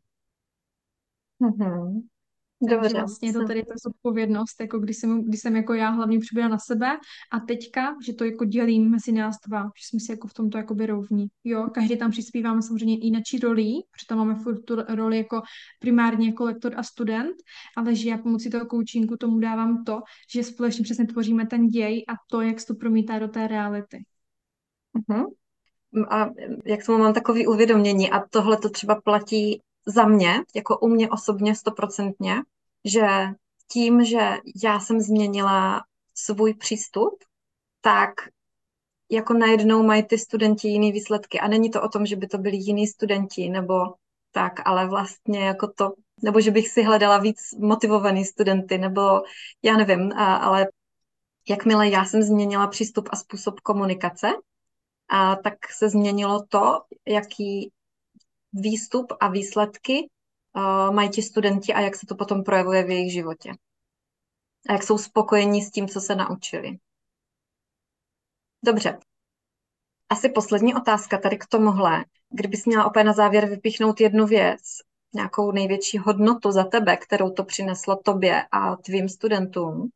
Mhm. Takže Dobře. vlastně je to tady ta zodpovědnost, jako když jsem, když jsem jako já hlavně přiběla na sebe a teďka, že to jako dělím mezi nás dva, že jsme si jako v tomto jakoby rovní. Jo, každý tam přispíváme samozřejmě i jináčí rolí, protože tam máme furt tu roli jako primárně jako lektor a student, ale že já pomocí toho coachingu tomu dávám to, že společně přesně tvoříme ten děj a to, jak se to promítá do té reality. Mhm. A jak tomu mám takový uvědomění a tohle to třeba platí za mě, jako u mě osobně stoprocentně, že tím, že já jsem změnila svůj přístup, tak jako najednou mají ty studenti jiný výsledky. A není to o tom, že by to byli jiní studenti, nebo tak, ale vlastně jako to, nebo že bych si hledala víc motivovaný studenty, nebo já nevím, a, ale jakmile já jsem změnila přístup a způsob komunikace, a tak se změnilo to, jaký výstup a výsledky uh, mají ti studenti a jak se to potom projevuje v jejich životě. A jak jsou spokojení s tím, co se naučili. Dobře. Asi poslední otázka tady k tomuhle. Kdybys měla opět na závěr vypíchnout jednu věc, nějakou největší hodnotu za tebe, kterou to přineslo tobě a tvým studentům,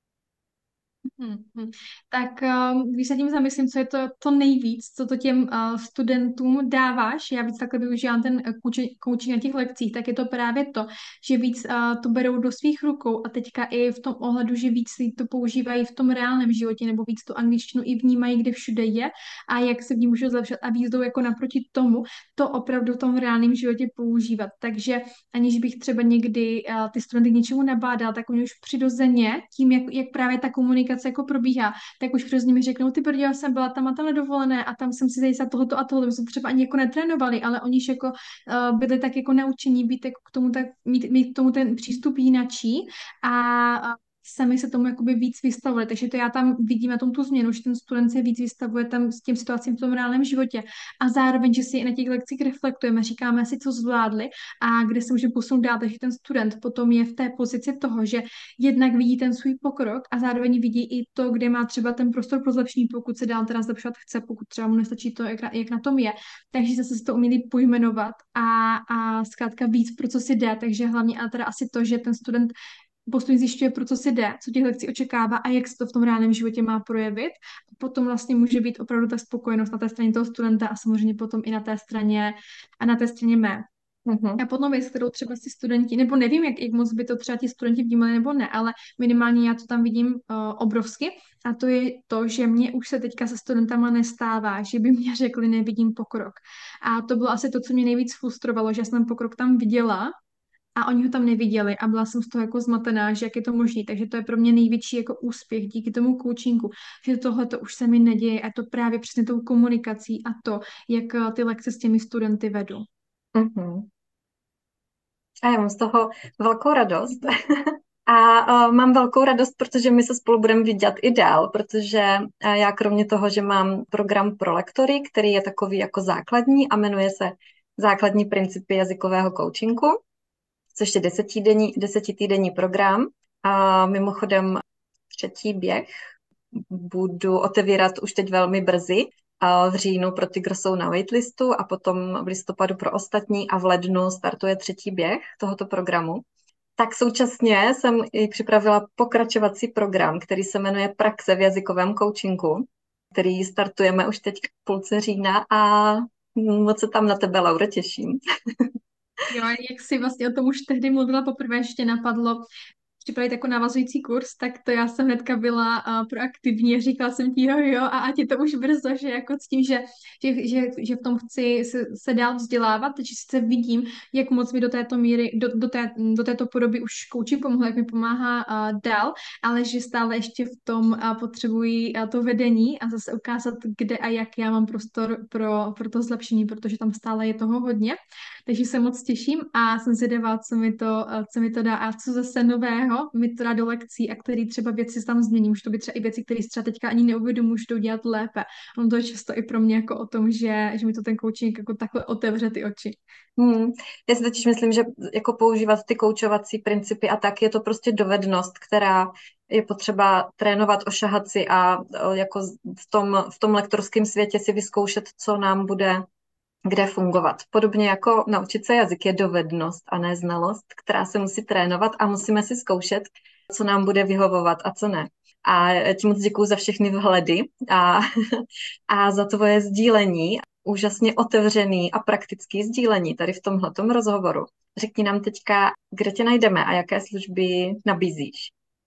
Hmm, hmm. Tak uh, když se tím zamyslím, co je to, to nejvíc, co to těm uh, studentům dáváš, já víc takhle využívám ten coaching na těch lekcích, tak je to právě to, že víc uh, to berou do svých rukou a teďka i v tom ohledu, že víc si to používají v tom reálném životě nebo víc tu angličtinu i vnímají, kde všude je a jak se v ní můžou zlepšit a víc jdou jako naproti tomu, to opravdu v tom reálném životě používat. Takže aniž bych třeba někdy uh, ty studenty k něčemu nabádal, tak oni už přirozeně tím, jak, jak právě ta komunikace jako probíhá, tak už přirozeně mi řeknou, ty brďo, já jsem byla tam a tam nedovolené a tam jsem si zajistila tohoto a tohoto, my jsme třeba ani jako netrénovali, ale oni jako uh, byli tak jako naučení být jako k tomu tak, mít, mít k tomu ten přístup jinačí a, a sami se tomu jakoby víc vystavovali, takže to já tam vidím na tom tu změnu, že ten student se víc vystavuje tam s těm situacím v tom reálném životě a zároveň, že si na těch lekcích reflektujeme, říkáme si, co zvládli a kde se může posunout dál, takže ten student potom je v té pozici toho, že jednak vidí ten svůj pokrok a zároveň vidí i to, kde má třeba ten prostor pro zlepšení, pokud se dál teda zlepšovat chce, pokud třeba mu nestačí to, jak na, jak na tom je. Takže zase si to uměli pojmenovat a, a zkrátka víc, pro co si jde, takže hlavně a teda asi to, že ten student postupně zjišťuje, pro co si jde, co těch lekcí očekává a jak se to v tom reálném životě má projevit. Potom vlastně může být opravdu ta spokojenost na té straně toho studenta a samozřejmě potom i na té straně a na té straně mé. Mhm. A potom věc, kterou třeba si studenti, nebo nevím, jak, jak moc by to třeba ti studenti vnímali nebo ne, ale minimálně já to tam vidím uh, obrovsky a to je to, že mě už se teďka se studentama nestává, že by mě řekli, nevidím pokrok. A to bylo asi to, co mě nejvíc frustrovalo, že jsem pokrok tam viděla a oni ho tam neviděli a byla jsem z toho jako zmatená, že jak je to možné. Takže to je pro mě největší jako úspěch díky tomu coachingu, že tohle to už se mi neděje a to právě přesně tou komunikací a to, jak uh, ty lekce s těmi studenty vedu. Mhm. A já mám z toho velkou radost. A uh, mám velkou radost, protože my se spolu budeme vidět i dál, protože uh, já kromě toho, že mám program pro lektory, který je takový jako základní a jmenuje se Základní principy jazykového coachingu, což je desetitýdenní, desetitýdenní program. A mimochodem třetí běh budu otevírat už teď velmi brzy, v říjnu pro ty, kdo jsou na waitlistu a potom v listopadu pro ostatní a v lednu startuje třetí běh tohoto programu. Tak současně jsem i připravila pokračovací program, který se jmenuje Praxe v jazykovém coachingu, který startujeme už teď v půlce října a Moc se tam na tebe, Lauro, těším. Jo, jak jsi vlastně o tom už tehdy mluvila poprvé, ještě napadlo připravit jako navazující kurz, tak to já jsem hnedka byla uh, proaktivní a říkala jsem ti jo, jo, a ať je to už brzo, že jako s tím, že, že, že, že v tom chci se, se dál vzdělávat, takže sice vidím, jak moc mi do této míry, do, do, té, do této podoby už kouči pomohl, jak mi pomáhá uh, dál, ale že stále ještě v tom uh, potřebuji uh, to vedení a zase ukázat, kde a jak já mám prostor pro, pro to zlepšení, protože tam stále je toho hodně. Takže se moc těším a jsem zvědavá, co mi to, co mi to dá a co zase nového mi to dá do lekcí a který třeba věci tam změní. Může to být třeba i věci, které třeba teďka ani neuvědomuji, můžu to udělat lépe. Ono to je často i pro mě jako o tom, že, že mi to ten coaching jako takhle otevře ty oči. Hmm. Já si totiž myslím, že jako používat ty koučovací principy a tak je to prostě dovednost, která je potřeba trénovat, ošahat si a jako v tom, v tom lektorském světě si vyzkoušet, co nám bude kde fungovat. Podobně jako naučit se jazyk je dovednost a ne znalost, která se musí trénovat a musíme si zkoušet, co nám bude vyhovovat a co ne. A ti moc děkuju za všechny vhledy a, a za tvoje sdílení, úžasně otevřený a praktický sdílení tady v tomhletom rozhovoru. Řekni nám teďka, kde tě najdeme a jaké služby nabízíš.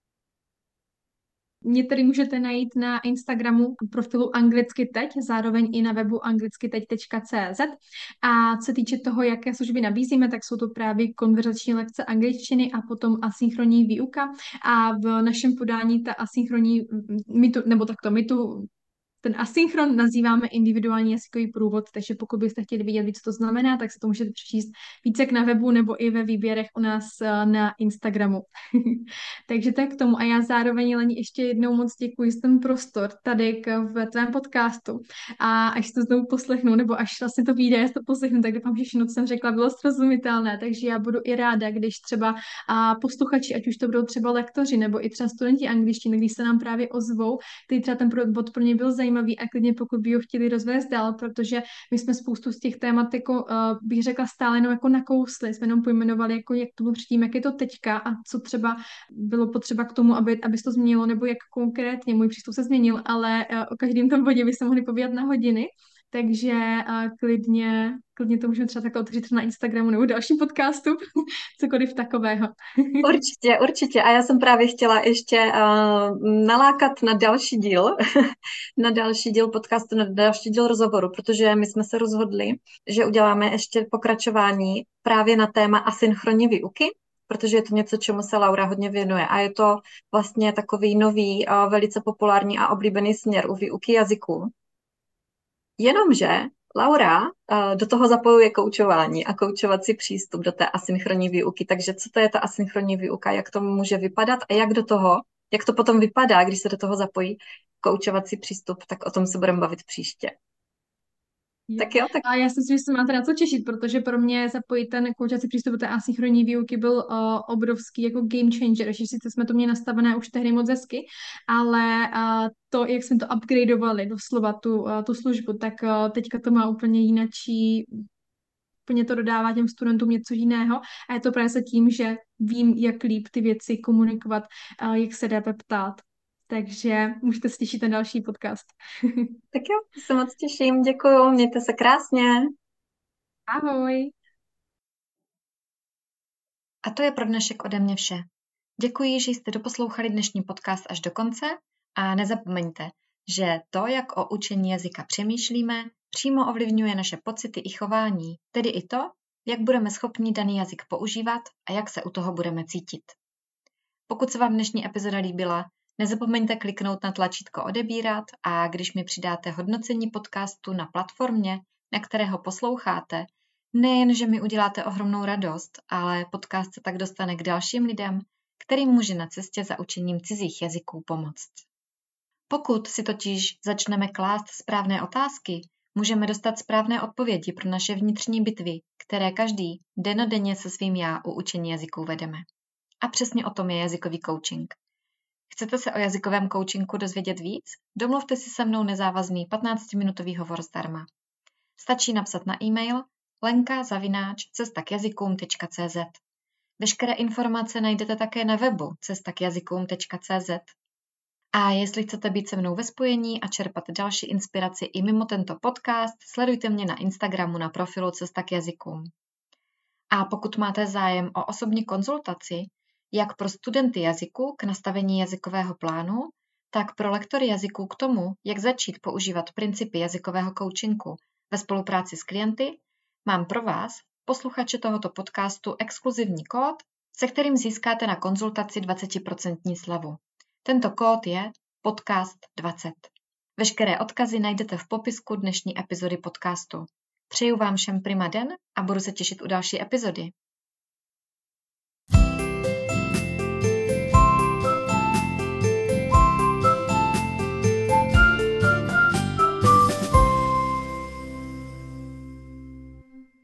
Mě tady můžete najít na Instagramu profilu Anglicky teď, zároveň i na webu anglicky teď tečka cé zet. A co se týče toho, jaké služby nabízíme, tak jsou to právě konverzační lekce angličtiny a potom asynchronní výuka. A v našem podání ta asynchronní, my tu, nebo takto, my tu ten asynchron nazýváme individuální jazykový průvod, takže pokud byste chtěli vidět víc, co to znamená, tak se to můžete přečíst více jak na webu nebo i ve výběrech u nás na Instagramu. Takže tak k tomu. A já zároveň, Leni, ještě jednou moc děkuji za ten prostor tady v tvém podcastu. A až to znovu poslechnu, nebo až vlastně to vyjde, já to poslechnu, tak doufám, že všechno, co jsem řekla, bylo srozumitelné. Takže já budu i ráda, když třeba a posluchači, ať už to budou třeba lektoři nebo i třeba studenti angličtiny, když se nám právě ozvou, který třeba ten bod pro ně byl zajímavý, zajímavý a klidně pokud by ho chtěli rozvést dál, protože my jsme spoustu z těch témat, jako, uh, bych řekla, stále jenom jako nakousli, jsme jenom pojmenovali, jako jak to bylo předtím, jak je to teďka a co třeba bylo potřeba k tomu, aby, aby se to změnilo, nebo jak konkrétně můj přístup se změnil, ale uh, o každém tom bodě by se mohli povídat na hodiny. Takže uh, klidně, klidně to můžeme třeba takhle otevřít na Instagramu nebo dalším podcastu, cokoliv takového. Určitě, určitě. A já jsem právě chtěla ještě uh, nalákat na další díl, na další díl podcastu, na další díl rozhovoru, protože my jsme se rozhodli, že uděláme ještě pokračování právě na téma asynchronní výuky, protože je to něco, čemu se Laura hodně věnuje. A je to vlastně takový nový, uh, velice populární a oblíbený směr u výuky jazyků. Jenomže Laura uh, do toho zapojuje koučování a koučovací přístup do té asynchronní výuky. Takže co to je ta asynchronní výuka, jak to může vypadat a jak do toho, jak to potom vypadá, když se do toho zapojí koučovací přístup, tak o tom se budeme bavit příště. Jo. Tak jo, tak... A já si myslím, že se máte na co těšit, protože pro mě zapojit ten koučovací přístup do té asynchronní výuky byl uh, obrovský jako game changer, že sice jsme to měli nastavené už tehdy moc hezky, ale uh, to, jak jsme to upgradeovali doslova, tu, uh, tu službu, tak uh, teďka to má úplně jinačí, úplně to dodává těm studentům něco jiného a je to právě se tím, že vím, jak líp ty věci komunikovat, uh, jak se lépe ptát. Takže můžete se těšit na další podcast. Tak jo, se moc těším, děkuju, mějte se krásně. Ahoj. A to je pro dnešek ode mě vše. Děkuji, že jste doposlouchali dnešní podcast až do konce a nezapomeňte, že to, jak o učení jazyka přemýšlíme, přímo ovlivňuje naše pocity i chování, tedy i to, jak budeme schopni daný jazyk používat a jak se u toho budeme cítit. Pokud se vám dnešní epizoda líbila, nezapomeňte kliknout na tlačítko odebírat a když mi přidáte hodnocení podcastu na platformě, na které ho posloucháte, nejen, že mi uděláte ohromnou radost, ale podcast se tak dostane k dalším lidem, kterým může na cestě za učením cizích jazyků pomoct. Pokud si totiž začneme klást správné otázky, můžeme dostat správné odpovědi pro naše vnitřní bitvy, které každý dennodenně se svým já u učení jazyků vedeme. A přesně o tom je jazykový coaching. Chcete se o jazykovém coachingu dozvědět víc? Domluvte si se mnou nezávazný patnáctiminutový hovor zdarma. Stačí napsat na e-mail lenka zavináč cesta k jazykům tečka cé zet. Veškeré informace najdete také na webu cesta k jazykům tečka cé zet. A jestli chcete být se mnou ve spojení a čerpat další inspiraci i mimo tento podcast, sledujte mě na Instagramu na profilu Cesta k jazykům. A pokud máte zájem o osobní konzultaci, jak pro studenty jazyku k nastavení jazykového plánu, tak pro lektory jazyků k tomu, jak začít používat principy jazykového coachingu ve spolupráci s klienty, mám pro vás, posluchače tohoto podcastu, exkluzivní kód, se kterým získáte na konzultaci dvacet procent slevu. Tento kód je podcast dvacet. Veškeré odkazy najdete v popisku dnešní epizody podcastu. Přeju vám všem prima den a budu se těšit u další epizody.